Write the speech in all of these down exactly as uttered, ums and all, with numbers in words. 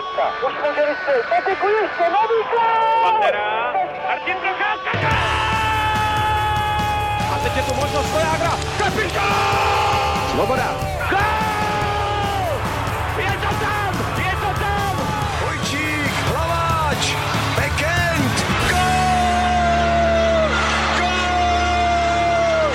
Procházka. Už můželi se, Patriku ještě, nový gól! Pantera, Martin Procházka, a teď je tu možnost Vojágra, kapitán! Svoboda. Gól! Je to tam, je to tam! Vojčík, Hlaváč, Bekend, gól! Gól!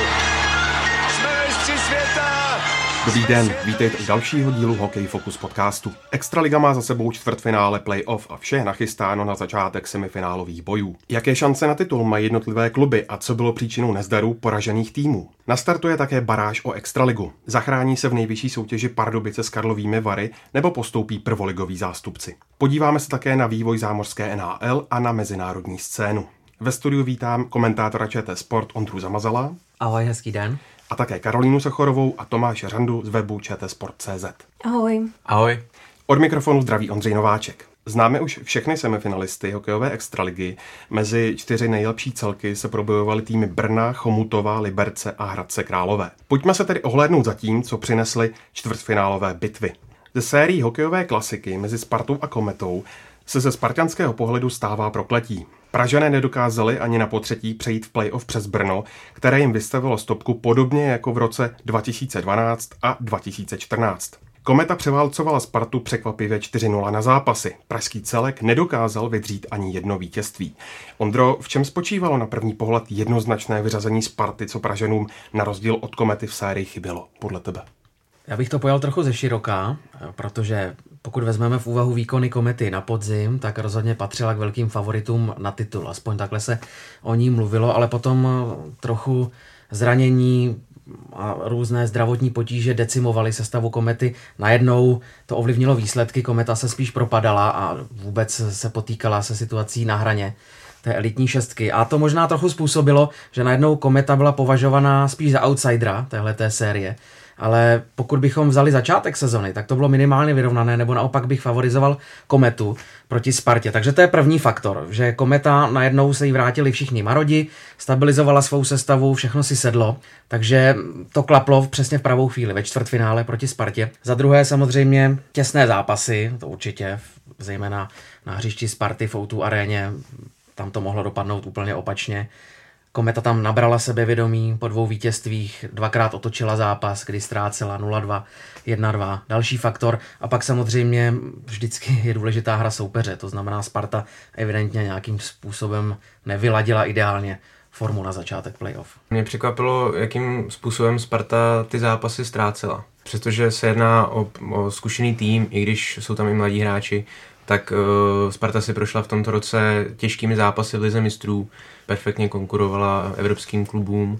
Jsme mistři světa! Dobrý den, vítejte u dalšího dílu Hokej Focus podcastu. Extraliga má za sebou čtvrtfinále playoff a vše je nachystáno na začátek semifinálových bojů. Jaké šance na titul mají jednotlivé kluby a co bylo příčinou nezdarů poražených týmů? Nastartuje také baráž o Extraligu. Zachrání se v nejvyšší soutěži Pardubice s Karlovými Vary nebo postoupí prvoligoví zástupci. Podíváme se také na vývoj zámořské N H L a na mezinárodní scénu. Ve studiu vítám komentátora ČT Sport Ondru Zamazala. Ahoj, hezký den. A také Karolínu Sachorovou a Tomáše Řandu z webu čtsport tečka cé zet. Ahoj. Ahoj. Od mikrofonu zdraví Ondřej Nováček. Známe už všechny semifinalisty hokejové extraligy. Mezi čtyři nejlepší celky se probojovaly týmy Brna, Chomutova, Liberce a Hradce Králové. Pojďme se tedy ohlédnout za tím, co přinesly čtvrtfinálové bitvy. Ze sérií hokejové klasiky mezi Spartou a Kometou se ze spartanského pohledu stává prokletí. Pražané nedokázali ani na potřetí přejít v playoff přes Brno, které jim vystavilo stopku podobně jako v roce dva tisíce dvanáct a dva tisíce čtrnáct. Kometa převálcovala Spartu překvapivě čtyři nula na zápasy. Pražský celek nedokázal vydřít ani jedno vítězství. Ondro, v čem spočívalo na první pohled jednoznačné vyřazení Sparty, co Pražanům na rozdíl od Komety v sérii chybělo, podle tebe? Já bych to pojal trochu ze široká, protože pokud vezmeme v úvahu výkony Komety na podzim, tak rozhodně patřila k velkým favoritům na titul. Aspoň takhle se o ní mluvilo, ale potom trochu zranění a různé zdravotní potíže decimovaly sestavu Komety. Najednou to ovlivnilo výsledky, Kometa se spíš propadala a vůbec se potýkala se situací na hraně té elitní šestky. A to možná trochu způsobilo, že najednou Kometa byla považovaná spíš za outsidera téhleté série. Ale pokud bychom vzali začátek sezony, tak to bylo minimálně vyrovnané, nebo naopak bych favorizoval Kometu proti Spartě. Takže to je první faktor, že Kometa najednou se jí vrátili všichni marodi, stabilizovala svou sestavu, všechno si sedlo, takže to klaplo přesně v pravou chvíli ve čtvrtfinále proti Spartě. Za druhé samozřejmě těsné zápasy, to určitě, zejména na hřišti Sparty v ó dva aréně, tam to mohlo dopadnout úplně opačně. Kometa tam nabrala sebevědomí po dvou vítězstvích, dvakrát otočila zápas, kdy ztrácela nula dva, jedna dva. Další faktor a pak samozřejmě vždycky je důležitá hra soupeře, to znamená Sparta evidentně nějakým způsobem nevyladila ideálně formu na začátek playoff. Mě překvapilo, jakým způsobem Sparta ty zápasy ztrácela. Přestože se jedná o, o zkušený tým, i když jsou tam i mladí hráči, tak uh, Sparta si prošla v tomto roce těžkými zápasy v lize mistrů, perfektně konkurovala evropským klubům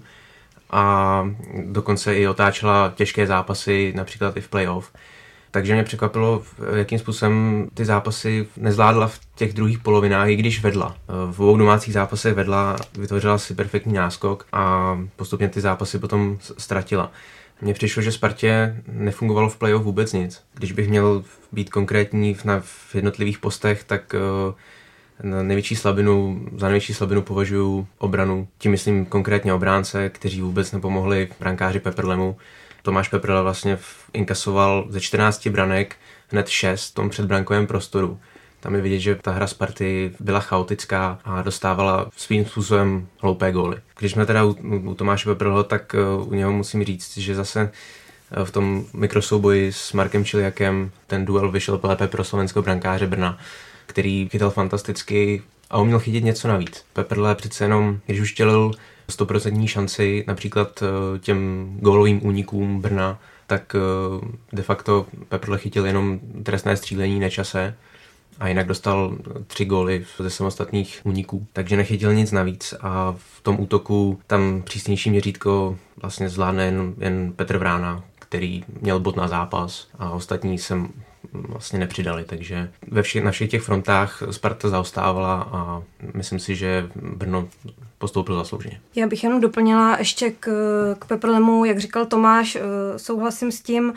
a dokonce i otáčela těžké zápasy, například i v playoff. Takže mě překvapilo, jakým způsobem ty zápasy nezvládla v těch druhých polovinách, i když vedla. V obou domácích zápasech vedla, vytvořila si perfektní náskok a postupně ty zápasy potom ztratila. Mně přišlo, že Spartě nefungovalo v playoff vůbec nic. Když bych měl být konkrétní v, na, v jednotlivých postech, tak uh, největší slabinu, za největší slabinu považuji obranu. Tím myslím konkrétně obránce, kteří vůbec nepomohli brankáři Peprlemu. Tomáš Peprle vlastně inkasoval ze čtrnácti branek hned šest v tom předbrankovém prostoru. Tam je vidět, že ta hra Sparty byla chaotická a dostávala svým způsobem hloupé góly. Když jsme teda u, u Tomáše Peprleho, tak uh, u něho musím říct, že zase uh, v tom mikrosouboji s Markem Čiliakem ten duel vyšel lépe pro slovenského brankáře Brna, který chytal fantasticky a uměl chytit něco navíc. Peprle přece jenom, když už čelil sto procent šanci například uh, těm gólovým únikům Brna, tak uh, de facto Peprle chytil jenom trestné střílení nečase a jinak dostal tři góly ze samostatných úniků, takže nechytil nic navíc a v tom útoku tam přísnější měřítko vlastně zvládne jen, jen Petr Vrána, který měl bod na zápas a ostatní se vlastně nepřidali, takže ve všech, na všech těch frontách Sparta zaostávala a myslím si, že Brno postoupil zaslouženě. Já bych jenom doplnila ještě k, k Peprlemu, jak říkal Tomáš, souhlasím s tím.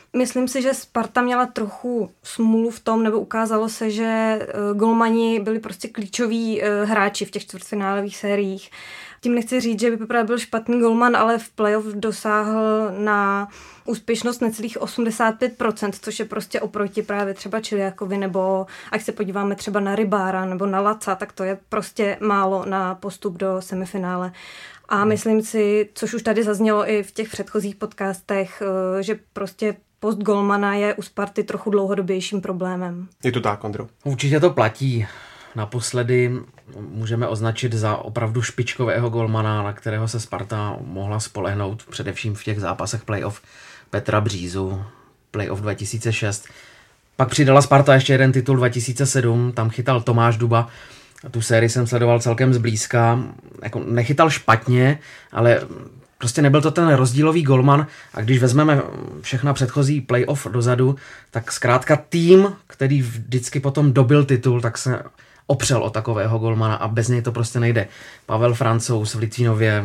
Myslím si, že Sparta měla trochu smůlu v tom, nebo ukázalo se, že golmani byli prostě klíčoví hráči v těch čtvrtfinálových sériích. Tím nechci říct, že by Peprle byl špatný golman, ale v playoff dosáhl na úspěšnost necelých osmdesát pět procent, což je prostě oproti právě třeba Čiliakovi, nebo ať se podíváme třeba na Rybára nebo na Laca, tak to je prostě málo na postup do semifinále. A myslím si, což už tady zaznělo i v těch předchozích podcastech, že prostě post golmana je u Sparty trochu dlouhodobějším problémem. Je to tak, Ondro? Určitě to platí. Naposledy můžeme označit za opravdu špičkového golmana, na kterého se Sparta mohla spolehnout, především v těch zápasech playoff Petra Břízu, playoff dva tisíce šest. Pak přidala Sparta ještě jeden titul dva tisíce sedm, tam chytal Tomáš Duba. Tu sérii jsem sledoval celkem zblízka. Jako nechytal špatně, ale prostě nebyl to ten rozdílový golman a když vezmeme všechna předchozí playoff dozadu, tak zkrátka tým, který vždycky potom dobil titul, tak se opřel o takového golmana a bez něj to prostě nejde. Pavel Francouz v Litvínově,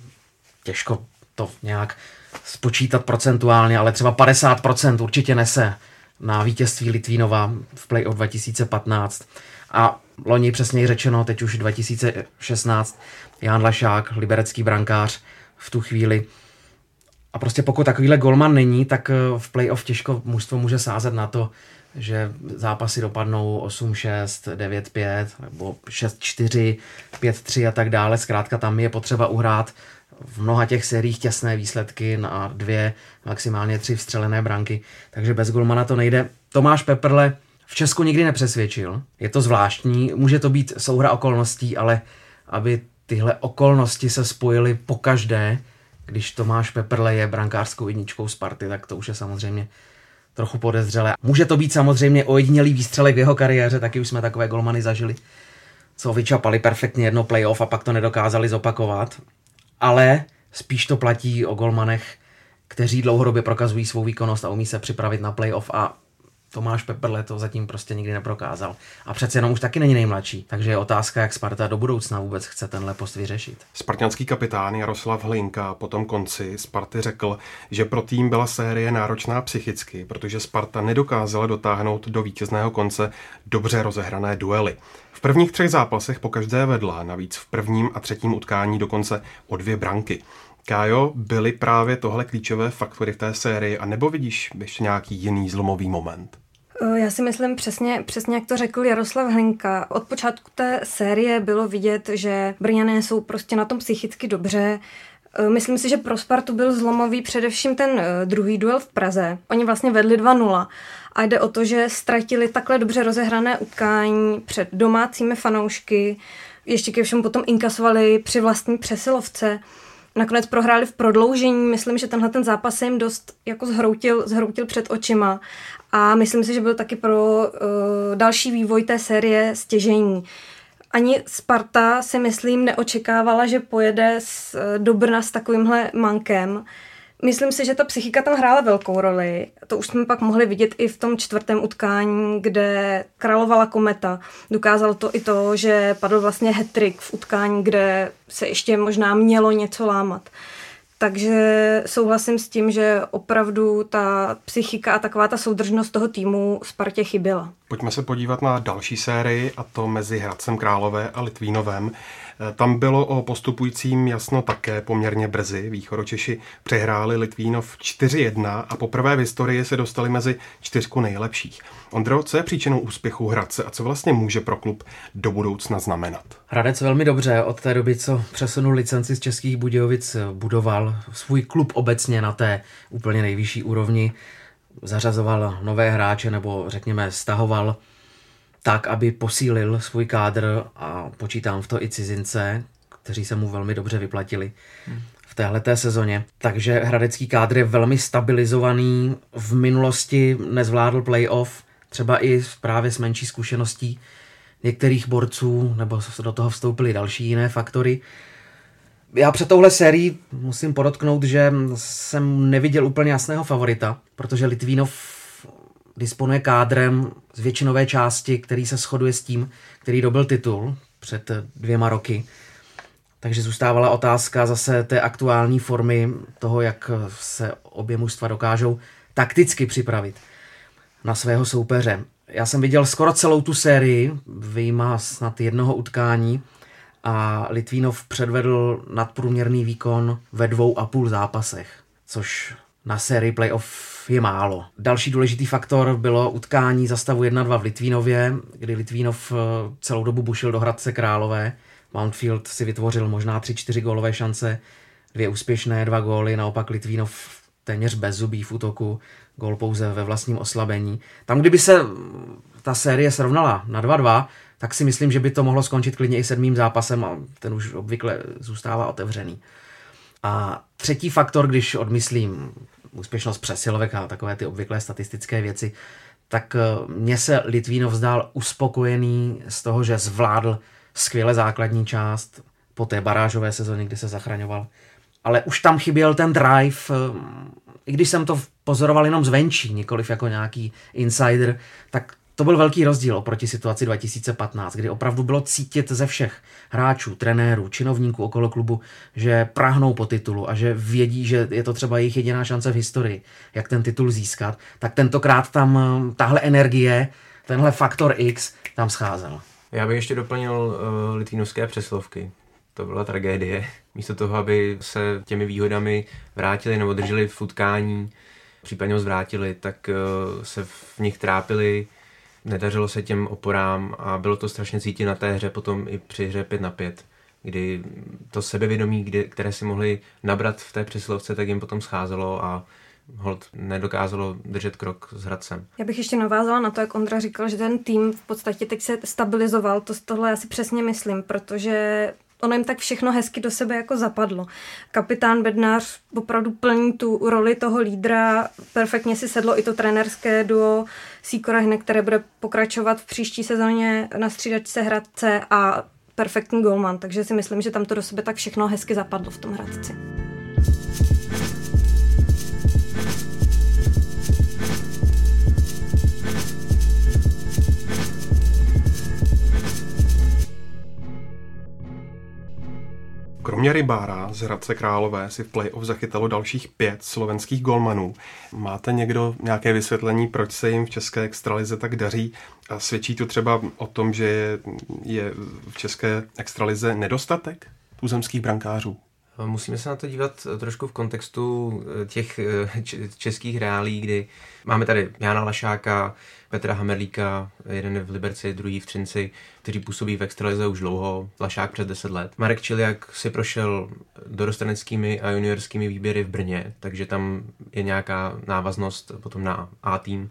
těžko to nějak spočítat procentuálně, ale třeba padesát procent určitě nese na vítězství Litvínova v playoff dva tisíce patnáct. A loni přesněji řečeno, teď už dva tisíce šestnáct, Jan Lašák, liberecký brankář v tu chvíli. A prostě pokud takovýhle golman není, tak v playoff těžko mužstvo může sázet na to, že zápasy dopadnou osm šest, devět pět nebo šest čtyři, pět tři a tak dále. Zkrátka tam je potřeba uhrát v mnoha těch sériích těsné výsledky na dvě, maximálně tři vstřelené branky. Takže bez golmana to nejde. Tomáš Peprle v Česku nikdy nepřesvědčil. Je to zvláštní, může to být souhra okolností, ale aby tyhle okolnosti se spojily pokaždé, když Tomáš Peprle je brankářskou jedničkou Sparty, tak to už je samozřejmě trochu podezřelé. Může to být samozřejmě ojedinělý výstřelek v jeho kariéře, taky už jsme takové golmany zažili, co vyčapali perfektně jedno playoff a pak to nedokázali zopakovat. Ale spíš to platí o golmanech, kteří dlouhodobě prokazují svou výkonnost a umí se připravit na playoff a Tomáš Peprle to zatím prostě nikdy neprokázal. A přece jenom už taky není nejmladší, takže je otázka, jak Sparta do budoucna vůbec chce tenhle post vyřešit. Spartanský kapitán Jaroslav Hlinka po tom konci Sparty řekl, že pro tým byla série náročná psychicky, protože Sparta nedokázala dotáhnout do vítězného konce dobře rozehrané duely. V prvních třech zápasech pokaždé vedla, navíc v prvním a třetím utkání dokonce o dvě branky. Kájo, byly právě tohle klíčové faktory v té sérii, a nebo vidíš ještě nějaký jiný zlomový moment? Já si myslím přesně, přesně jak to řekl Jaroslav Hlinka. Od počátku té série bylo vidět, že Brňané jsou prostě na tom psychicky dobře. Myslím si, že pro Spartu byl zlomový především ten druhý duel v Praze. Oni vlastně vedli dva nula a jde o to, že ztratili takhle dobře rozehrané utkání před domácími fanoušky. Ještě ke všemu potom inkasovali při vlastní přesilovce. Nakonec prohráli v prodloužení, myslím, že tenhle ten zápas se jim dost jako zhroutil, zhroutil před očima a myslím si, že byl taky pro uh, další vývoj té série stěžejní. Ani Sparta si myslím neočekávala, že pojede z, do Brna s takovýmhle mankem. Myslím si, že ta psychika tam hrála velkou roli. To už jsme pak mohli vidět i v tom čtvrtém utkání, kde královala kometa. Dokázalo to i to, že padl vlastně hat-trick v utkání, kde se ještě možná mělo něco lámat. Takže souhlasím s tím, že opravdu ta psychika a taková ta soudržnost toho týmu Spartě chyběla. Pojďme se podívat na další sérii, a to mezi Hradcem Králové a Litvínovem. Tam bylo o postupujícím jasno také poměrně brzy. Východočeši přehráli Litvínov čtyři jedna a poprvé v historii se dostali mezi čtyřku nejlepších. Ondro, co je příčinou úspěchu Hradce a co vlastně může pro klub do budoucna znamenat? Hradec velmi dobře od té doby, co přesunul licenci z Českých Budějovic, budoval svůj klub obecně na té úplně nejvyšší úrovni. Zařazoval nové hráče nebo řekněme stahoval tak, aby posílil svůj kádr a počítám v to i cizince, kteří se mu velmi dobře vyplatili v téhleté sezóně. Takže hradecký kádr je velmi stabilizovaný, v minulosti nezvládl playoff, třeba i právě s menší zkušeností některých borců, nebo do toho vstoupily další jiné faktory. Já před touhle sérií musím podotknout, že jsem neviděl úplně jasného favorita, protože Litvínov disponuje kádrem z většinové části, který se shoduje s tím, který dobil titul před dvěma roky. Takže zůstávala otázka zase té aktuální formy toho, jak se obě mužstva dokážou takticky připravit na svého soupeře. Já jsem viděl skoro celou tu sérii, vyjma snad jednoho utkání, a Litvínov předvedl nadprůměrný výkon ve dvou a půl zápasech, což na sérii playoff je málo. Další důležitý faktor bylo utkání za stavu jedna dva v Litvínově, kdy Litvínov celou dobu bušil do Hradce Králové. Mountfield si vytvořil možná tři čtyři gólové šance, dvě úspěšné, dva góly, naopak Litvínov téměř bezzubý v útoku, gól pouze ve vlastním oslabení. Tam, kdyby se ta série srovnala na dva dva, tak si myslím, že by to mohlo skončit klidně i sedmým zápasem a ten už obvykle zůstává otevřený. A třetí faktor, když odmyslím úspěšnost přesilovek a takové ty obvyklé statistické věci, tak mně se Litvínov zdál uspokojený z toho, že zvládl skvěle základní část po té barážové sezóně, kdy se zachraňoval. Ale už tam chyběl ten drive, i když jsem to pozoroval jenom zvenčí, nikoliv jako nějaký insider, tak to byl velký rozdíl oproti situaci dva tisíce patnáct, kdy opravdu bylo cítit ze všech hráčů, trenérů, činovníků okolo klubu, že prahnou po titulu a že vědí, že je to třeba jejich jediná šance v historii, jak ten titul získat. Tak tentokrát tam tahle energie, tenhle faktor X tam scházel. Já bych ještě doplnil uh, litvínovské přesilovky. To byla tragédie. Místo toho, aby se těmi výhodami vrátili nebo drželi v utkání, případně ho zvrátili, tak uh, se v nich trápili, nedařilo se těm oporám a bylo to strašně cítit na té hře potom i při hře pět na pět, kdy to sebevědomí, kdy, které si mohli nabrat v té přesilovce, tak jim potom scházelo a hold nedokázalo držet krok s Hradcem. Já bych ještě navázala na to, jak Ondra říkal, že ten tým v podstatě teď se stabilizoval, to, tohle já si přesně myslím, protože ono jim tak všechno hezky do sebe jako zapadlo. Kapitán Bednář opravdu plní tu roli toho lídra, perfektně si sedlo i to trenérské duo Sýkora Hynek, které bude pokračovat v příští sezóně na střídačce Hradce, a perfektní golman, takže si myslím, že tam to do sebe tak všechno hezky zapadlo v tom Hradci. Kromě Rybára z Hradce Králové si v play-off zachytalo dalších pět slovenských golmanů. Máte někdo nějaké vysvětlení, proč se jim v české extralize tak daří? A svědčí to třeba o tom, že je, je v české extralize nedostatek tuzemských brankářů? Musíme se na to dívat trošku v kontextu těch českých reálí, kdy máme tady Jána Lašáka, Petra Hamerlíka, jeden v Liberci, druhý v Třinci, kteří působí v extralize už dlouho, Lašák přes deset let. Marek Čiliak si prošel dorosteneckými a juniorskými výběry v Brně, takže tam je nějaká návaznost potom na A tým.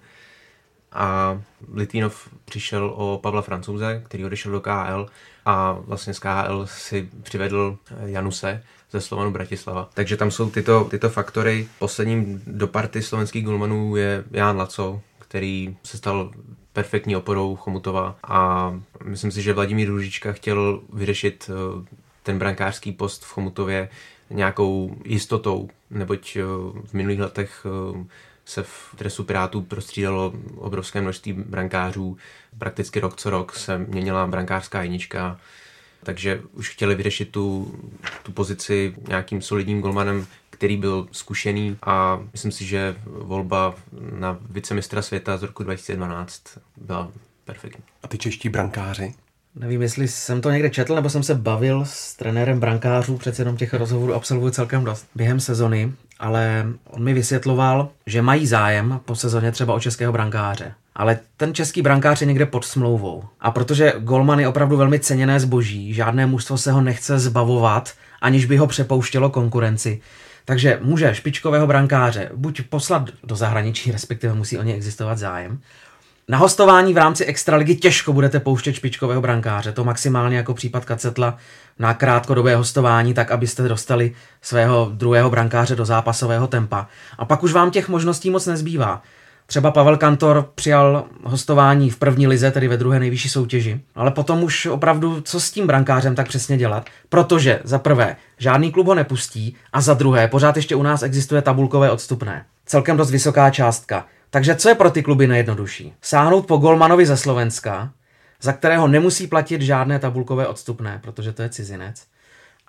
A Litvínov přišel o Pavla Francouze, který odešel do K H L a vlastně z K H L si přivedl Januse ze Slovanu Bratislava. Takže tam jsou tyto, tyto faktory. Posledním do party slovenských golmanů je Ján Laco, který se stal perfektní oporou Chomutova, a myslím si, že Vladimír Růžička chtěl vyřešit ten brankářský post v Chomutově nějakou jistotou, neboť v minulých letech se v dresu Pirátů prostřídalo obrovské množství brankářů. Prakticky rok co rok se měnila brankářská jednička, takže už chtěli vyřešit tu, tu pozici nějakým solidním golmanem, který byl zkušený, a myslím si, že volba na vicemistra světa z roku dva tisíce dvanáct byla perfektní. A ty čeští brankáři? Nevím, jestli jsem to někde četl, nebo jsem se bavil s trenérem brankářů, přece jenom těch rozhovorů absolvuju celkem dost během sezony, ale on mi vysvětloval, že mají zájem po sezóně třeba o českého brankáře. Ale ten český brankář je někde pod smlouvou. A protože golman je opravdu velmi ceněné zboží, žádné mužstvo se ho nechce zbavovat, aniž by ho přepouštělo konkurenci. Takže může špičkového brankáře buď poslat do zahraničí, respektive musí o ně existovat zájem. Na hostování v rámci extraligy těžko budete pouštět špičkového brankáře, to maximálně jako případ Kacetla na krátkodobé hostování, tak abyste dostali svého druhého brankáře do zápasového tempa. A pak už vám těch možností moc nezbývá. Třeba Pavel Kantor přijal hostování v první lize, tedy ve druhé nejvyšší soutěži, ale potom už opravdu co s tím brankářem tak přesně dělat, protože za prvé žádný klub ho nepustí a za druhé pořád ještě u nás existuje tabulkové odstupné. Celkem dost vysoká částka. Takže co je pro ty kluby nejjednodušší? Sáhnout po golmanovi ze Slovenska, za kterého nemusí platit žádné tabulkové odstupné, protože to je cizinec,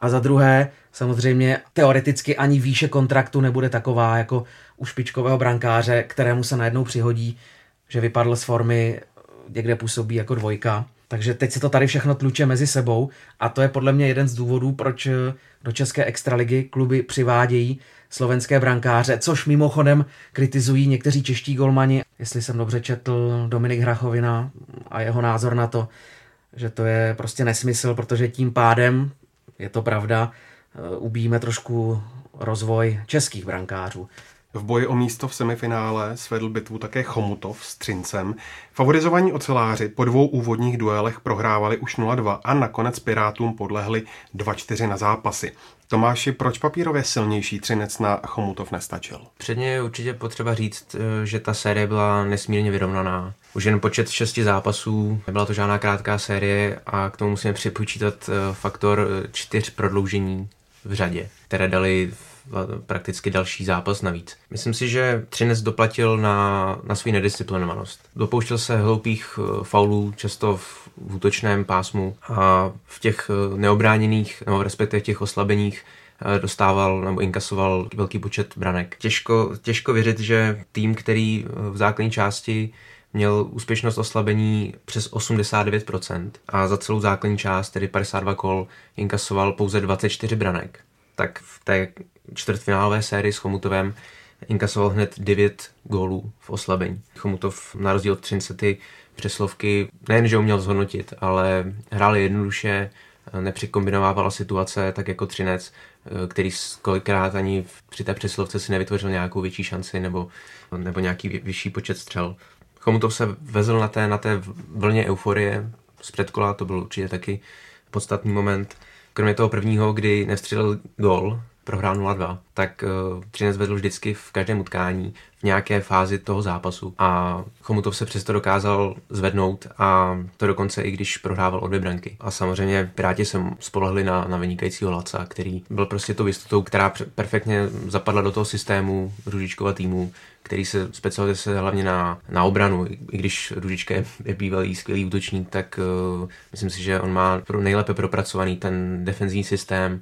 A za druhé, samozřejmě teoreticky ani výše kontraktu nebude taková jako u špičkového brankáře, kterému se najednou přihodí, že vypadl z formy, někde působí jako dvojka. Takže teď se to tady všechno tluče mezi sebou a to je podle mě jeden z důvodů, proč do české extraligy kluby přivádějí slovenské brankáře, což mimochodem kritizují někteří čeští golmani. Jestli jsem dobře četl Dominik Hrachovina a jeho názor na to, že to je prostě nesmysl, protože tím pádem, je to pravda, ubíjíme trošku rozvoj českých brankářů. V boji o místo v semifinále svedl bitvu také Chomutov s Třincem. Favorizovaní oceláři po dvou úvodních duelech prohrávali už nula dva a nakonec Pirátům podlehli dva čtyři na zápasy. Tomáši, proč papírově silnější Třinec na Chomutov nestačil? Předně je určitě potřeba říct, že ta série byla nesmírně vyrovnaná. Už jen počet šesti zápasů, nebyla to žádná krátká série a k tomu musíme připočítat faktor čtyř prodloužení v řadě, které dali prakticky další zápas navíc. Myslím si, že Třinec doplatil na, na svou nedisciplinovanost. Dopouštěl se hloupých faulů, často v, v útočném pásmu a v těch neobráněných, nebo respektive v těch oslabeních dostával nebo inkasoval velký počet branek. Těžko, těžko věřit, že tým, který v základní části měl úspěšnost oslabení přes osmdesát devět procent a za celou základní část, tedy padesát dva kol, inkasoval pouze dvacet čtyři branek. Tak v té čtvrtfinálové sérii s Chomutovem inkasoval hned devět gólů v oslabení. Chomutov na rozdíl od Třince ty přeslovky nejenže uměl zhodnotit, ale hrál jednoduše, nepřekombinovával situace tak jako Třinec, který kolikrát ani při té přeslovce si nevytvořil nějakou větší šanci nebo, nebo nějaký vyšší počet střel. Chomutov se vezl na té, na té vlně euforie z předkola, to byl určitě taky podstatný moment. Kromě toho prvního, kdy nevstřelil gól, prohrál nula dva, tak uh, Třinec vedl vždycky v každém utkání v nějaké fázi toho zápasu a Chomutov se přesto dokázal zvednout a to dokonce i když prohrával o dvě branky. A samozřejmě Piráti se spolehli na, na vynikajícího Laca, který byl prostě tou jistotou, která perfektně zapadla do toho systému Růžičkova týmu, který se specializuje se hlavně na, na obranu. I když Růžička je, je bývalý skvělý útočník, tak uh, myslím si, že on má pro, nejlépe propracovaný ten defenzivní systém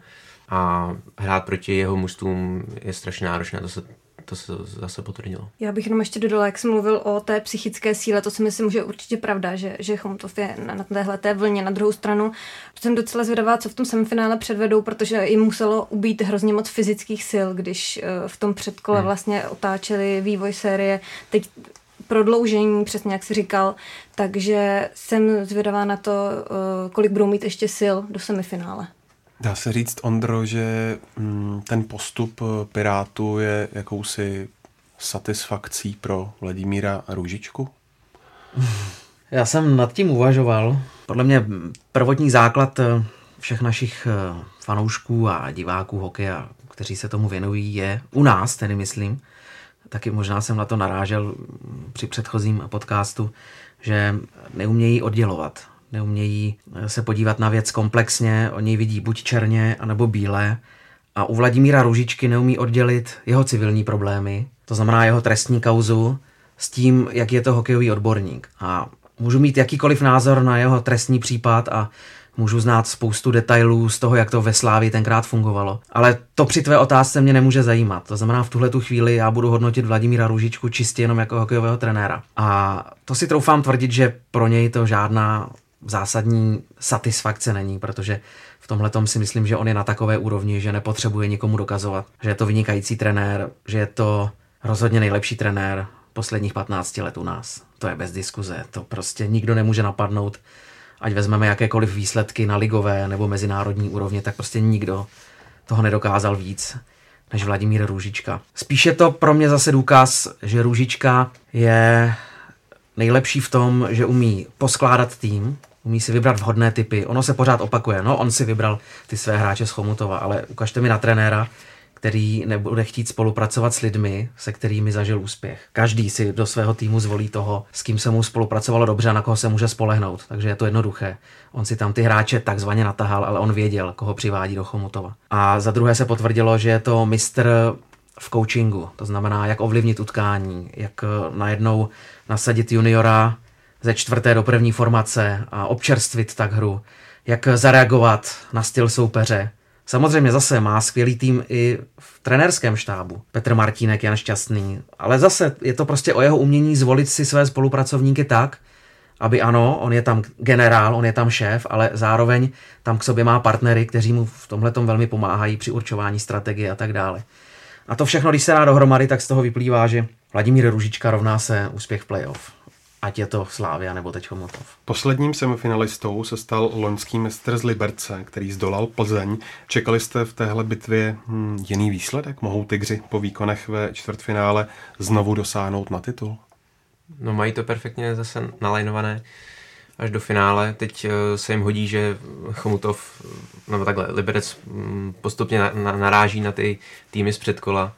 a hrát proti jeho mužstvům je strašně náročné, to se, to se zase potvrdilo. Já bych jenom ještě dodala, jak jsem mluvil o té psychické síle, to si myslím, že je určitě pravda, že, že Chomutov je na, na téhleté vlně. Na druhou stranu jsem docela zvědavá, co v tom semifinále předvedou, protože jim muselo ubít hrozně moc fyzických sil, když v tom předkole hmm. vlastně otáčeli vývoj série, teď prodloužení, přesně jak jsi říkal, takže jsem zvědavá na to, kolik budou mít ještě sil do semifinále. Dá se říct, Ondro, že mm, ten postup Pirátů je jakousi satisfakcí pro Vladimíra Růžičku? Já jsem nad tím uvažoval. Podle mě prvotní základ všech našich fanoušků a diváků hokeje, kteří se tomu věnují, je u nás, tedy myslím, taky možná jsem na to narážel při předchozím podcastu, že neumějí oddělovat. Neumějí se podívat na věc komplexně, oni vidí buď černě, anebo bílé. A u Vladimíra Růžičky neumí oddělit jeho civilní problémy, to znamená jeho trestní kauzu, s tím, jak je to hokejový odborník. A můžu mít jakýkoliv názor na jeho trestní případ a můžu znát spoustu detailů z toho, jak to ve Slávii tenkrát fungovalo. Ale to při tvé otázce mě nemůže zajímat. To znamená, v tuhletu chvíli já budu hodnotit Vladimíra Růžičku čistě jenom jako hokejového trenéra. A to si troufám tvrdit, že pro něj to žádná zásadní satisfakce není, protože v tomhletom si myslím, že on je na takové úrovni, že nepotřebuje nikomu dokazovat, že je to vynikající trenér, že je to rozhodně nejlepší trenér posledních patnácti let u nás. To je bez diskuze, to prostě nikdo nemůže napadnout. Ať vezmeme jakékoliv výsledky na ligové nebo mezinárodní úrovni, tak prostě nikdo toho nedokázal víc než Vladimír Růžička. Spíš je to pro mě zase důkaz, že Růžička je nejlepší v tom, že umí poskládat tým, umí si vybrat vhodné typy. Ono se pořád opakuje. No, on si vybral ty své hráče z Chomutova, ale ukažte mi na trenéra, který nebude chtít spolupracovat s lidmi, se kterými zažil úspěch. Každý si do svého týmu zvolí toho, s kým se mu spolupracovalo dobře a na koho se může spolehnout. Takže je to jednoduché. On si tam ty hráče takzvaně natahal, ale on věděl, koho přivádí do Chomutova. A za druhé se potvrdilo, že je to mistr v coachingu. To znamená, jak ovlivnit utkání, jak najednou nasadit juniora ze čtvrté do první formace a občerstvit tak hru, jak zareagovat na styl soupeře Samozřejmě zase má skvělý tým i v trenérském štábu. Petr Martínek, Jan Šťastný. Ale zase je to prostě o jeho umění zvolit si své spolupracovníky tak, aby ano, on je tam generál, on je tam šéf, ale zároveň tam k sobě má partnery, kteří mu v tomhletom velmi pomáhají při určování strategie a tak dále. A to všechno, když se dá dohromady, tak z toho vyplývá, že Vladimír Růžička rovná se úspěch v playoff. Ať je to Slavia nebo teď Chomutov. Posledním semifinalistou se stal loňský mistr z Liberce, který zdolal Plzeň. Čekali jste v téhle bitvě hm, jiný výsledek? Mohou Tygři po výkonech ve čtvrtfinále znovu dosáhnout na titul? No mají to perfektně zase nalajnované až do finále. Teď se jim hodí, že Chomutov, nebo takhle, Liberec postupně na, na, naráží na ty týmy z předkola,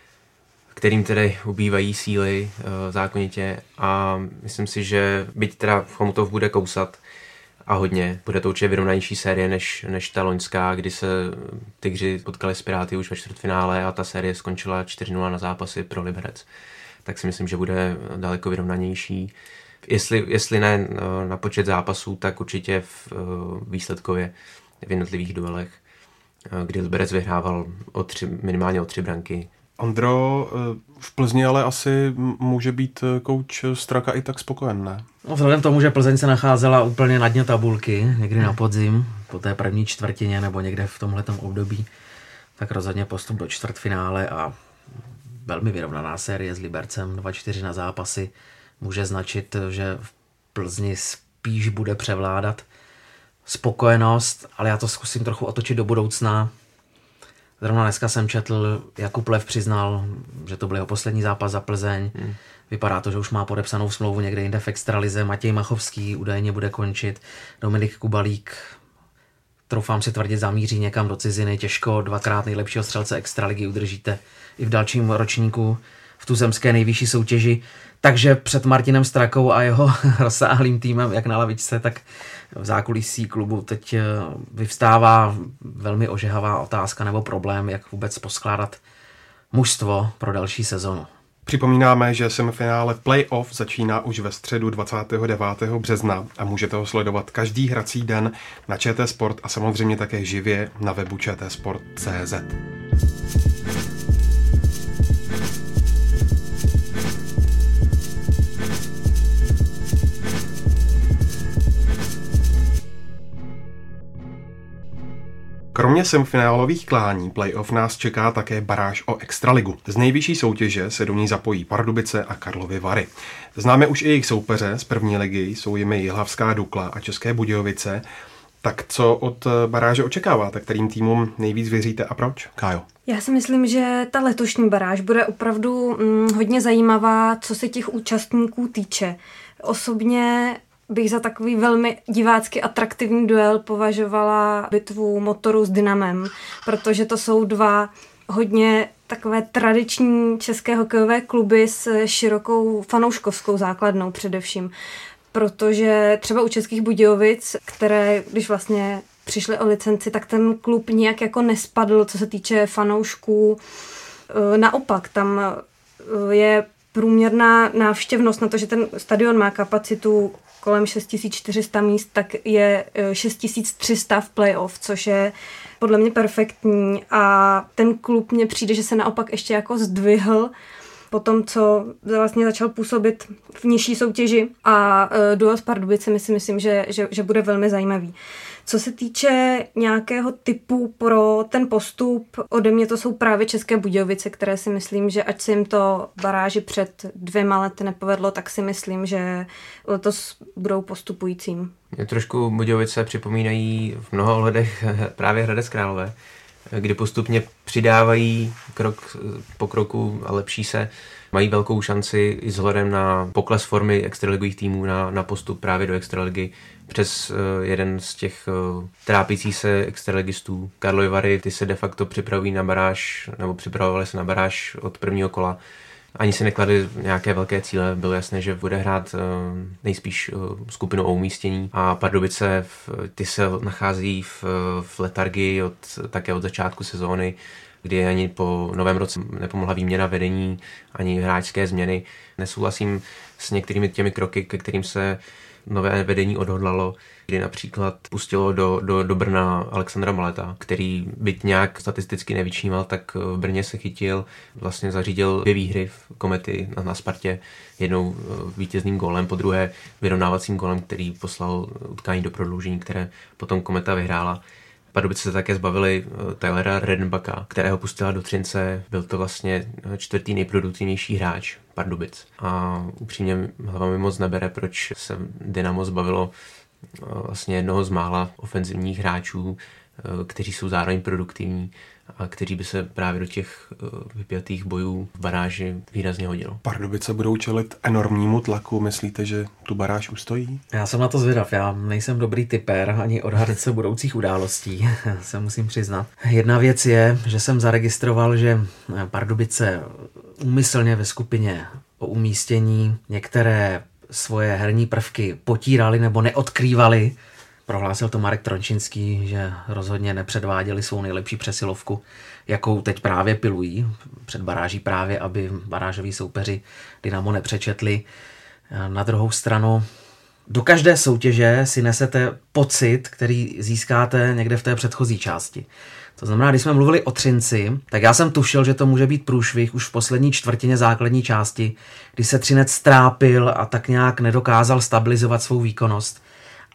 kterým tedy ubývají síly uh, zákonitě a myslím si, že byť teda Chomutov bude kousat a hodně, bude to určitě vyrovnanější série než, než ta loňská, kdy se Tygři potkali s Piráty už ve čtvrtfinále a ta série skončila čtyři nula na zápasy pro Liberec. Tak si myslím, že bude daleko vyrovnanější. Jestli, jestli ne na počet zápasů, tak určitě v výsledkově v jednotlivých duelech, kdy Liberec vyhrával o tři, minimálně o tři branky. Ondro, v Plzni ale asi může být kouč Straka i tak spokojen, ne? No, vzhledem k tomu, že Plzeň se nacházela úplně na dně tabulky, někdy na podzim, po té první čtvrtině nebo někde v tomhletom období, tak rozhodně postup do čtvrtfinále a velmi vyrovnaná série s Libercem, dva čtyři na zápasy, může značit, že v Plzni spíš bude převládat spokojenost, ale já to zkusím trochu otočit do budoucna. Zrovna dneska jsem četl, Jakub Lev přiznal, že to byl jeho poslední zápas za Plzeň. Hmm. Vypadá to, že už má podepsanou smlouvu někde jinde v extralize. Matěj Machovský údajně bude končit. Dominik Kubalík, troufám si tvrdit, zamíří někam do ciziny. Těžko dvakrát nejlepšího střelce extraligy udržíte i v dalším ročníku v tuzemské nejvyšší soutěži. Takže před Martinem Strakou a jeho rozsáhlým týmem, jak na lavičce, tak v zákulisí klubu teď vyvstává velmi ožehavá otázka nebo problém, jak vůbec poskládat mužstvo pro další sezonu. Připomínáme, že semifinále playoff začíná už ve středu dvacátého devátého března a můžete ho sledovat každý hrací den na ČT Sport a samozřejmě také živě na webu čtsport tečka cé zet. Kromě semifinálových klání playoff nás čeká také baráž o extraligu. Z nejvyšší soutěže se do ní zapojí Pardubice a Karlovy Vary. Známe už i jejich soupeře z první ligy, jsou jimi Jihlavská Dukla a České Budějovice. Tak co od baráže očekáváte? Kterým týmům nejvíc věříte a proč? Kájo. Já si myslím, že ta letošní baráž bude opravdu hm, hodně zajímavá, co se těch účastníků týče. Osobně bych za takový velmi divácky atraktivní duel považovala bitvu Motoru s Dynamem, protože to jsou dva hodně takové tradiční české hokejové kluby s širokou fanouškovskou základnou především. Protože třeba u Českých Budějovic, které když vlastně přišly o licenci, tak ten klub nijak jako nespadl, co se týče fanoušků. Naopak, tam je průměrná návštěvnost na to, že ten stadion má kapacitu kolem šest tisíc čtyři sta míst, tak je šest tisíc tři sta v playoff, což je podle mě perfektní a ten klub mně přijde, že se naopak ještě jako zdvihl po tom, co vlastně začal působit v nižší soutěži a uh, duel s Pardubicemi si myslím, že, že, že bude velmi zajímavý. Co se týče nějakého typu pro ten postup, ode mě to jsou právě České Budějovice, které si myslím, že ať se jim to baráži před dvěma lety nepovedlo, tak si myslím, že letos budou postupujícím. Mě trošku Budějovice připomínají v mnoha ohledech právě Hradec Králové, kdy postupně přidávají krok po kroku a lepší se. Mají velkou šanci i vzhledem na pokles formy extraligových týmů na, na postup právě do extraligy přes uh, jeden z těch uh, trápících se extraligistů. Karlovy Vary, ty se de facto připravují na baráž, nebo připravovali se na baráž od prvního kola. Ani si nekladli nějaké velké cíle, bylo jasné, že bude hrát uh, nejspíš uh, skupinu o umístění a Pardubice, v, ty se nachází v, v letargii od, také od začátku sezóny kdy ani po novém roce nepomohla výměna vedení, ani hráčské změny. Nesouhlasím s některými těmi kroky, ke kterým se nové vedení odhodlalo, kdy například pustilo do, do, do Brna Alexandra Maleta, který byť nějak statisticky nevyčníval, tak v Brně se chytil, vlastně zařídil dvě výhry v Komety na, na Spartě, jednou vítězným gólem, po druhé vyrovnávacím gólem, který poslal utkání do prodloužení, které potom Kometa vyhrála. Pardubice se také zbavili Tylera Redenbacka, kterého pustila do Třince. Byl to vlastně čtvrtý nejproduktivnější hráč Pardubic. A upřímně hlava mi moc nebere, proč se Dynamo zbavilo vlastně jednoho z mála ofenzivních hráčů, kteří jsou zároveň produktivní a kteří by se právě do těch vypjatých bojů v baráži výrazně hodilo. Pardubice budou čelit enormnímu tlaku. Myslíte, že tu baráž ustojí? Já jsem na to zvědav. Já nejsem dobrý tipér ani odhadce budoucích událostí, se musím přiznat. Jedna věc je, že jsem zaregistroval, že Pardubice úmyslně ve skupině o umístění některé svoje herní prvky potírali nebo neodkrývali. Prohlásil to Marek Trončinský, že rozhodně nepředváděli svou nejlepší přesilovku, jakou teď právě pilují před baráží právě, aby barážoví soupeři Dynamo nepřečetli. Na druhou stranu, do každé soutěže si nesete pocit, který získáte někde v té předchozí části. To znamená, když jsme mluvili o Třinci, tak já jsem tušil, že to může být průšvih už v poslední čtvrtině základní části, kdy se Třinec strápil a tak nějak nedokázal stabilizovat svou výkonnost.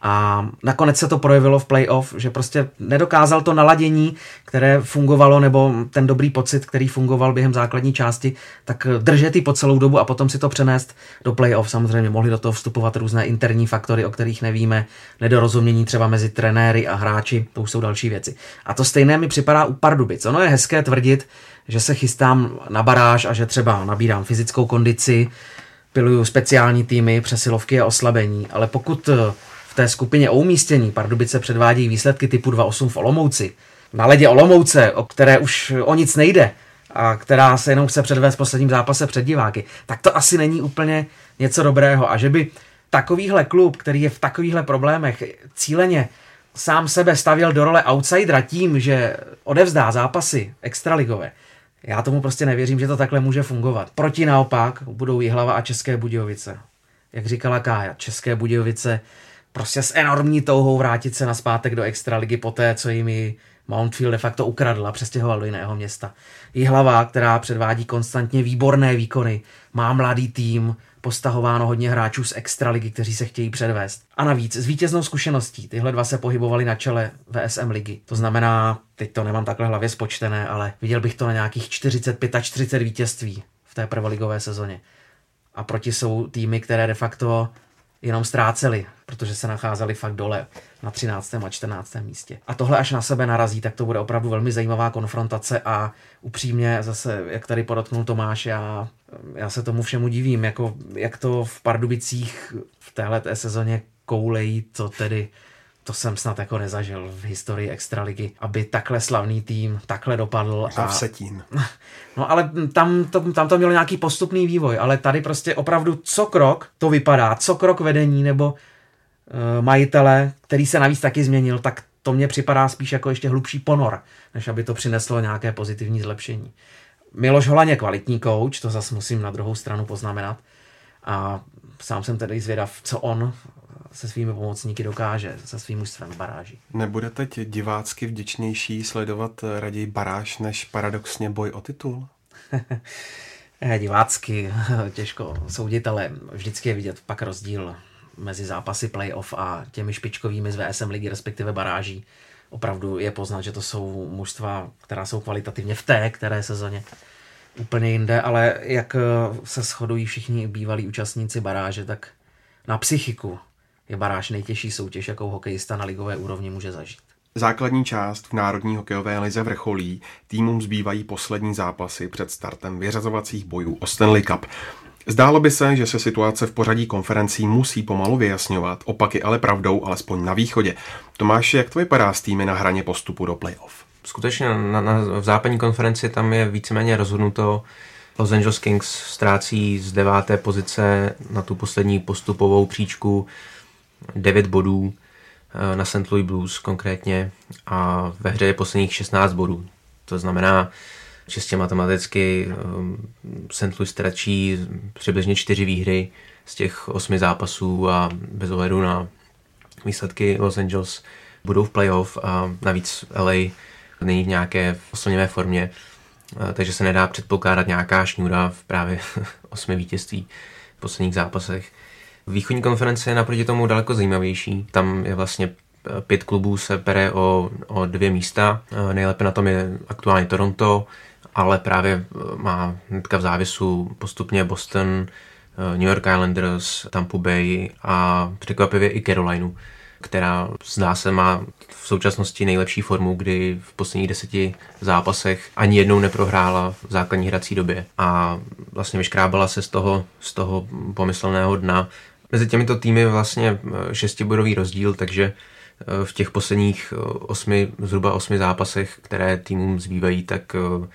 A nakonec se to projevilo v playoff, že prostě nedokázal to naladění, které fungovalo, nebo ten dobrý pocit, který fungoval během základní části, tak držet i po celou dobu a potom si to přenést do playoff. Samozřejmě mohly do toho vstupovat různé interní faktory, o kterých nevíme, nedorozumění třeba mezi trenéry a hráči, to už jsou další věci. A to stejné mi připadá u Pardubic. Ono je hezké tvrdit, že se chystám na baráž a že třeba nabírám fyzickou kondici, piluju speciální týmy, přesilovky a oslabení, ale pokud v té skupině o umístění Pardubice předvádí výsledky typu dva osm v Olomouci, na ledě Olomouce, o které už o nic nejde a která se jenom chce předvést v posledním zápase před diváky, tak to asi není úplně něco dobrého. A že by takovýhle klub, který je v takovýchhle problémech, cíleně sám sebe stavěl do role outsidera tím, že odevzdá zápasy extraligové, já tomu prostě nevěřím, že to takhle může fungovat. Proti naopak budou Jihlava a České Budějovice. Jak říkala Kája, České Budějovice prostě s enormní touhou vrátit se nazpátek do extraligy poté, co jim ji Mountfield de facto ukradl a přestěhoval do jiného města. Jihlava, která předvádí konstantně výborné výkony, má mladý tým, postahováno hodně hráčů z extraligy, kteří se chtějí předvést. A navíc s vítěznou zkušeností tyhle dva se pohybovali na čele V S M ligy. To znamená, teď to nemám takhle hlavě spočtené, ale viděl bych to na nějakých čtyřicet pět a čtyřicet vítězství v té prvoligové sezóně. A proti jsou týmy, které de facto jenom ztráceli, protože se nacházeli fakt dole na třináctém a čtrnáctém místě. A tohle až na sebe narazí, tak to bude opravdu velmi zajímavá konfrontace a upřímně zase, jak tady podotknul Tomáš, já, já se tomu všemu divím, jako, jak to v Pardubicích v téhleté sezóně koulejí, to tedy, to jsem snad jako nezažil v historii extraligy, aby takhle slavný tým takhle dopadl. Za Vsetín. No ale tam to, tam to mělo nějaký postupný vývoj, ale tady prostě opravdu co krok to vypadá, co krok vedení nebo e, majitele, který se navíc taky změnil, tak to mně připadá spíš jako ještě hlubší ponor, než aby to přineslo nějaké pozitivní zlepšení. Miloš Holan je kvalitní kouč, to zase musím na druhou stranu poznamenat a sám jsem tedy zvědav, co on se svými pomocníky dokáže, se svým mužstvem v baráži. Nebude teď divácky vděčnější sledovat raději baráž než paradoxně boj o titul? Divácky těžko soudit, ale vždycky je vidět pak rozdíl mezi zápasy playoff a těmi špičkovými z V S M ligy, respektive baráží. Opravdu je poznat, že to jsou mužstva, která jsou kvalitativně v té které sezóně úplně jinde, ale jak se shodují všichni bývalí účastníci baráže, tak na psychiku je baráž nejtěžší soutěž, jakou hokejista na ligové úrovni může zažít. Základní část v Národní hokejové lize vrcholí, týmům zbývají poslední zápasy před startem vyřazovacích bojů o Stanley Cup. Zdálo by se, že se situace v pořadí konferencí musí pomalu vyjasňovat, opak je ale pravdou, alespoň na východě. Tomáši, jak to vypadá s týmy na hraně postupu do playoff? Skutečně na, na, v západní konferenci tam je víceméně rozhodnuto. Los Angeles Kings ztrácí z deváté pozice na tu poslední postupovou příčku devět bodů na Saint Louis Blues konkrétně a ve hře je posledních šestnáct bodů. To znamená, Čistě matematicky Saint Louis ztratí přibližně čtyři výhry z těch osmi zápasů a bez ohledu na výsledky Los Angeles budou v playoff a navíc L A není v nějaké oslněvé formě, takže se nedá předpokládat nějaká šňůra v právě osmi vítězství v posledních zápasech. Východní konference je naproti tomu daleko zajímavější. Tam je vlastně pět klubů se pere o, o dvě místa. Nejlépe na tom je aktuálně Toronto, ale právě má hnedka v závěsu postupně Boston, New York Islanders, Tampa Bay a překvapivě i Carolinu, která zdá se má v současnosti nejlepší formu, kdy v posledních deseti zápasech ani jednou neprohrála v základní hrací době a vlastně vyškrábala se z toho, z toho pomyslného dna. Mezi těmito týmy vlastně šestibodový rozdíl, takže v těch posledních osmi, zhruba osmi zápasech, které týmům zbývají, tak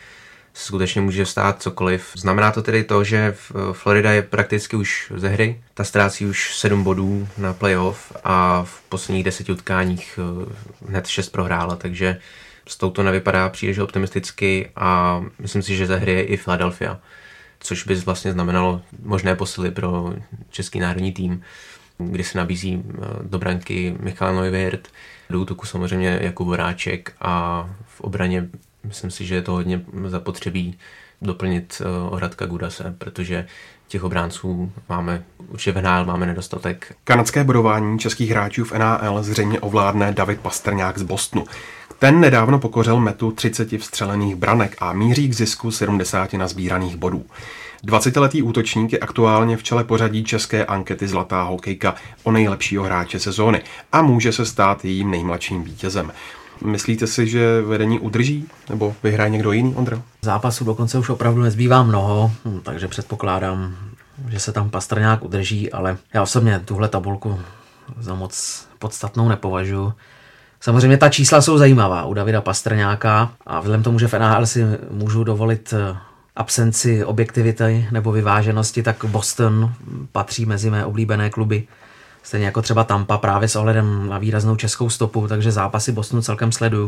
se skutečně může stát cokoliv. Znamená to tedy to, že Florida je prakticky už ze hry, ta ztrácí už sedm bodů na playoff a v posledních deseti utkáních hned šest prohrála, takže s touto nevypadá příliš optimisticky a myslím si, že ze hry je i Philadelphia, což by vlastně znamenalo možné posily pro český národní tým, kdy se nabízí do branky Michal Neuwirth, do útoku samozřejmě Jakub Voráček a v obraně myslím si, že je to hodně zapotřebí doplnit o Radka Gudase, protože těch obránců máme, určitě v N H L máme nedostatek. Kanadské bodování českých hráčů v N H L zřejmě ovládne David Pastrňák z Bostonu. Ten nedávno pokořil metu třiceti vstřelených branek a míří k zisku sedmdesáti nazbíraných bodů. dvacetiletý útočník je aktuálně v čele pořadí české ankety Zlatá hokejka o nejlepšího hráče sezóny a může se stát jejím nejmladším vítězem. Myslíte si, že vedení udrží nebo vyhraje někdo jiný, Ondro? Zápasů dokonce už opravdu nezbývá mnoho, takže předpokládám, že se tam Pastrňák udrží, ale já osobně tuhle tabulku za moc podstatnou nepovažuji. Samozřejmě ta čísla jsou zajímavá u Davida Pastrňáka a vzhledem tomu, že v N H L si můžu dovolit absenci objektivity nebo vyváženosti, tak Boston patří mezi mé oblíbené kluby. Stejně jako třeba Tampa právě s ohledem na výraznou českou stopu, takže zápasy Bostonu celkem sleduju.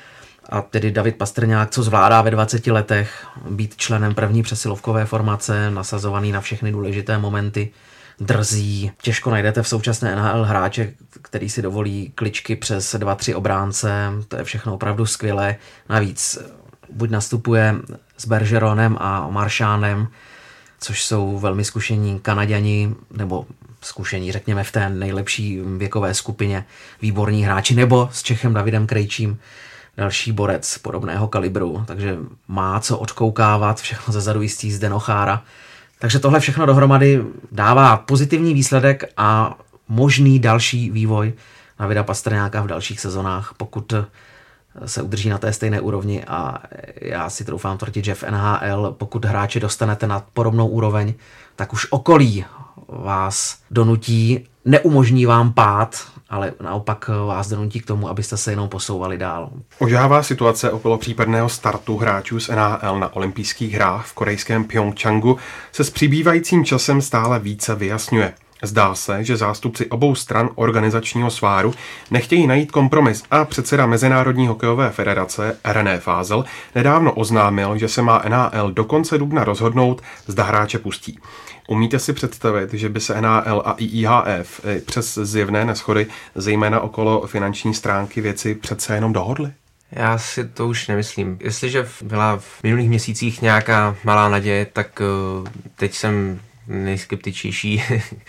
A tedy David Pastrňák, co zvládá ve dvaceti letech, být členem první přesilovkové formace, nasazovaný na všechny důležité momenty, drzí. Těžko najdete v současné N H L hráče, který si dovolí kličky přes dva, tři obránce, to je všechno opravdu skvělé. Navíc buď nastupuje s Bergeronem a Marchandem, což jsou velmi zkušení Kanaďani, nebo zkušení, řekněme, v té nejlepší věkové skupině výborní hráči, nebo s Čechem Davidem Krejčím, další borec podobného kalibru, takže má co odkoukávat, všechno zezadu jistý z Denochára. Takže tohle všechno dohromady dává pozitivní výsledek a možný další vývoj Davida Pastrňáka v dalších sezonách, pokud se udrží na té stejné úrovni a já si troufám tvrdit, že v N H L, pokud hráče dostanete na podobnou úroveň, tak už okolí vás donutí, neumožní vám pád, ale naopak vás donutí k tomu, abyste se jenom posouvali dál. Ožává situace okolo případného startu hráčů z N H L na olympijských hrách v korejském Pyeongchangu se s přibývajícím časem stále více vyjasňuje. Zdá se, že zástupci obou stran organizačního sváru nechtějí najít kompromis a předseda Mezinárodní hokejové federace René Fázl nedávno oznámil, že se má N H L do konce dubna rozhodnout, zda hráče pustí. Umíte si představit, že by se N H L a I I H F přes zjevné neshody, zejména okolo finanční stránky věci, přece jenom dohodly? Já si to už nemyslím. Jestliže byla v minulých měsících nějaká malá naděje, tak teď jsem nejskeptičtější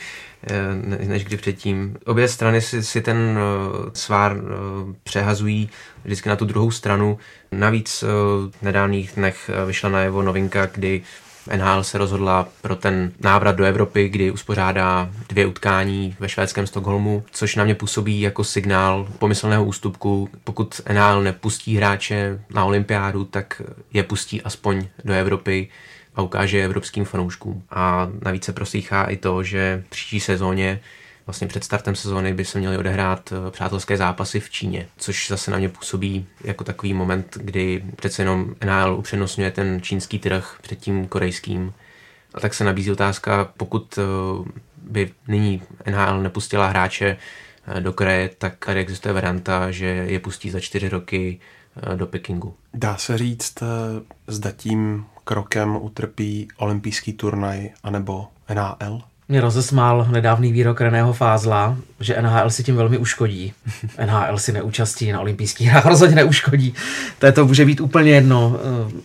než kdy předtím. Obě strany si, si ten svár přehazují vždycky na tu druhou stranu. Navíc v nedávných dnech vyšla najevo novinka, kdy N H L se rozhodla pro ten návrat do Evropy, kdy uspořádá dvě utkání ve švédském Stockholmu, což na mě působí jako signál pomyslného ústupku. Pokud N H L nepustí hráče na olympiádu, tak je pustí aspoň do Evropy a ukáže evropským fanouškům. A navíc se proslýchá i to, že v příští sezóně, vlastně před startem sezóny, by se měly odehrát přátelské zápasy v Číně, což zase na mě působí jako takový moment, kdy přece jenom N H L upřednostňuje ten čínský trh před tím korejským. A tak se nabízí otázka, pokud by nyní N H L nepustila hráče do Koreje, tak tady existuje varianta, že je pustí za čtyři roky do Pekingu. Dá se říct, zda tím krokem utrpí olympijský turnaj anebo N H L? Mě rozesmál nedávný výrok Reného Fázla, že N H L si tím velmi uškodí. N H L si neúčastí na olympijských hrách, rozhodně neuškodí. To, je to může být úplně jedno.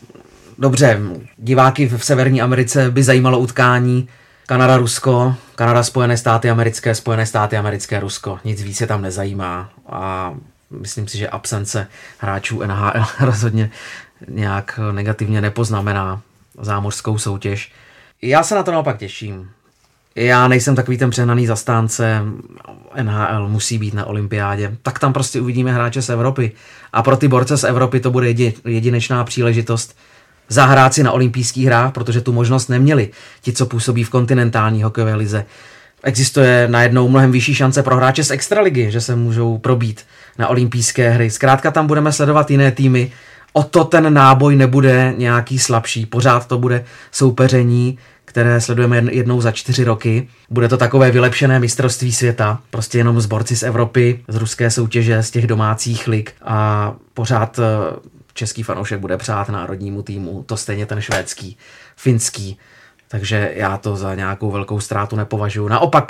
Dobře, diváky v Severní Americe by zajímalo utkání Kanada-Rusko, Kanada-Spojené státy americké, Spojené státy americké, Rusko. Nic víc je tam nezajímá a myslím si, že absence hráčů N H L rozhodně nějak negativně nepoznamená zámořskou soutěž. Já se na to naopak těším. Já nejsem takový ten přehnaný zastánce, N H L musí být na olympiádě, tak tam prostě uvidíme hráče z Evropy. A pro ty borce z Evropy to bude jedinečná příležitost zahrát si na olympijských hrách, protože tu možnost neměli ti, co působí v kontinentální hokejové lize. Existuje najednou mnohem vyšší šance pro hráče z extraligy, že se můžou probít na olympijské hry. Zkrátka tam budeme sledovat jiné týmy, o to ten náboj nebude nějaký slabší, pořád to bude soupeření, které sledujeme jednou za čtyři roky. Bude to takové vylepšené mistrovství světa, prostě jenom zborci z Evropy, z ruské soutěže, z těch domácích lig a pořád český fanoušek bude přát národnímu týmu, to stejně ten švédský, finský, takže já to za nějakou velkou ztrátu nepovažuji. Naopak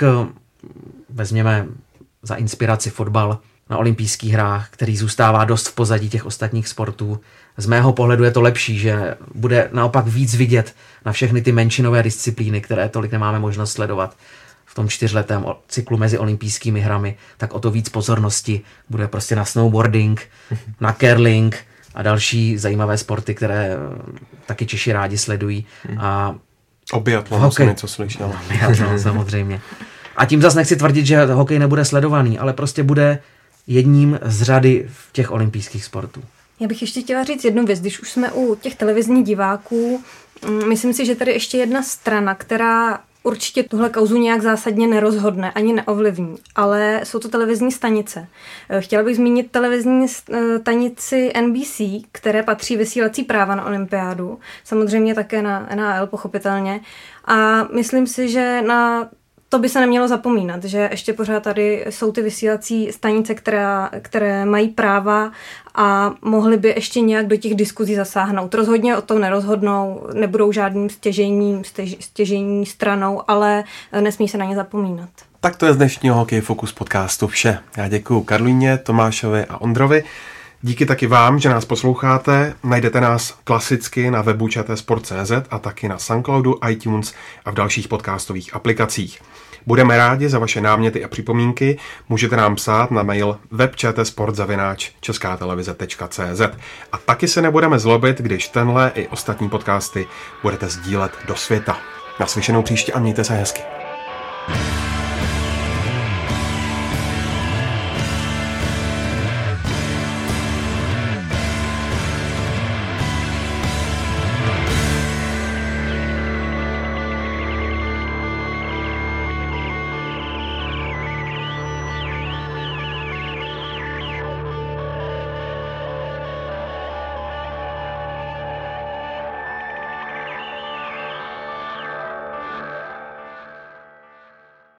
vezměme za inspiraci fotbal na olympijských hrách, který zůstává dost v pozadí těch ostatních sportů. Z mého pohledu je to lepší, že bude naopak víc vidět na všechny ty menšinové disciplíny, které tolik nemáme možnost sledovat v tom čtyřletém cyklu mezi olympijskými hrami, tak o to víc pozornosti bude prostě na snowboarding, na curling a další zajímavé sporty, které taky Češi rádi sledují. A o biatlonu jsem něco slyšel. Biatlon, samozřejmě. A tím zase nechci tvrdit, že hokej nebude sledovaný, ale prostě bude jedním z řady v těch olympijských sportů. Já bych ještě chtěla říct jednu věc, když už jsme u těch televizních diváků, myslím si, že tady ještě jedna strana, která určitě tuhle kauzu nějak zásadně nerozhodne, ani neovlivní, ale jsou to televizní stanice. Chtěla bych zmínit televizní stanici N B C, které patří vysílací práva na olympiádu, samozřejmě také na N H L, pochopitelně. A myslím si, že na to by se nemělo zapomínat, že ještě pořád tady jsou ty vysílací stanice, která, které mají práva a mohly by ještě nějak do těch diskuzí zasáhnout. Rozhodně o tom nerozhodnou, nebudou žádným stěžejním, stěžejní stranou, ale nesmí se na ně zapomínat. Tak to je z dnešního Hokej Focus podcastu vše. Já děkuju Karolíně, Tomášovi a Ondrovi. Díky taky vám, že nás posloucháte. Najdete nás klasicky na webu č t sport tečka cé zet a taky na Soundcloudu, iTunes a v dalších podcastových aplikacích. Budeme rádi za vaše náměty a připomínky. Můžete nám psát na mail webčtsport zavináč česká televize tečka cé zet. A taky se nebudeme zlobit, když tenhle i ostatní podcasty budete sdílet do světa. Naslyšenou příště a mějte se hezky.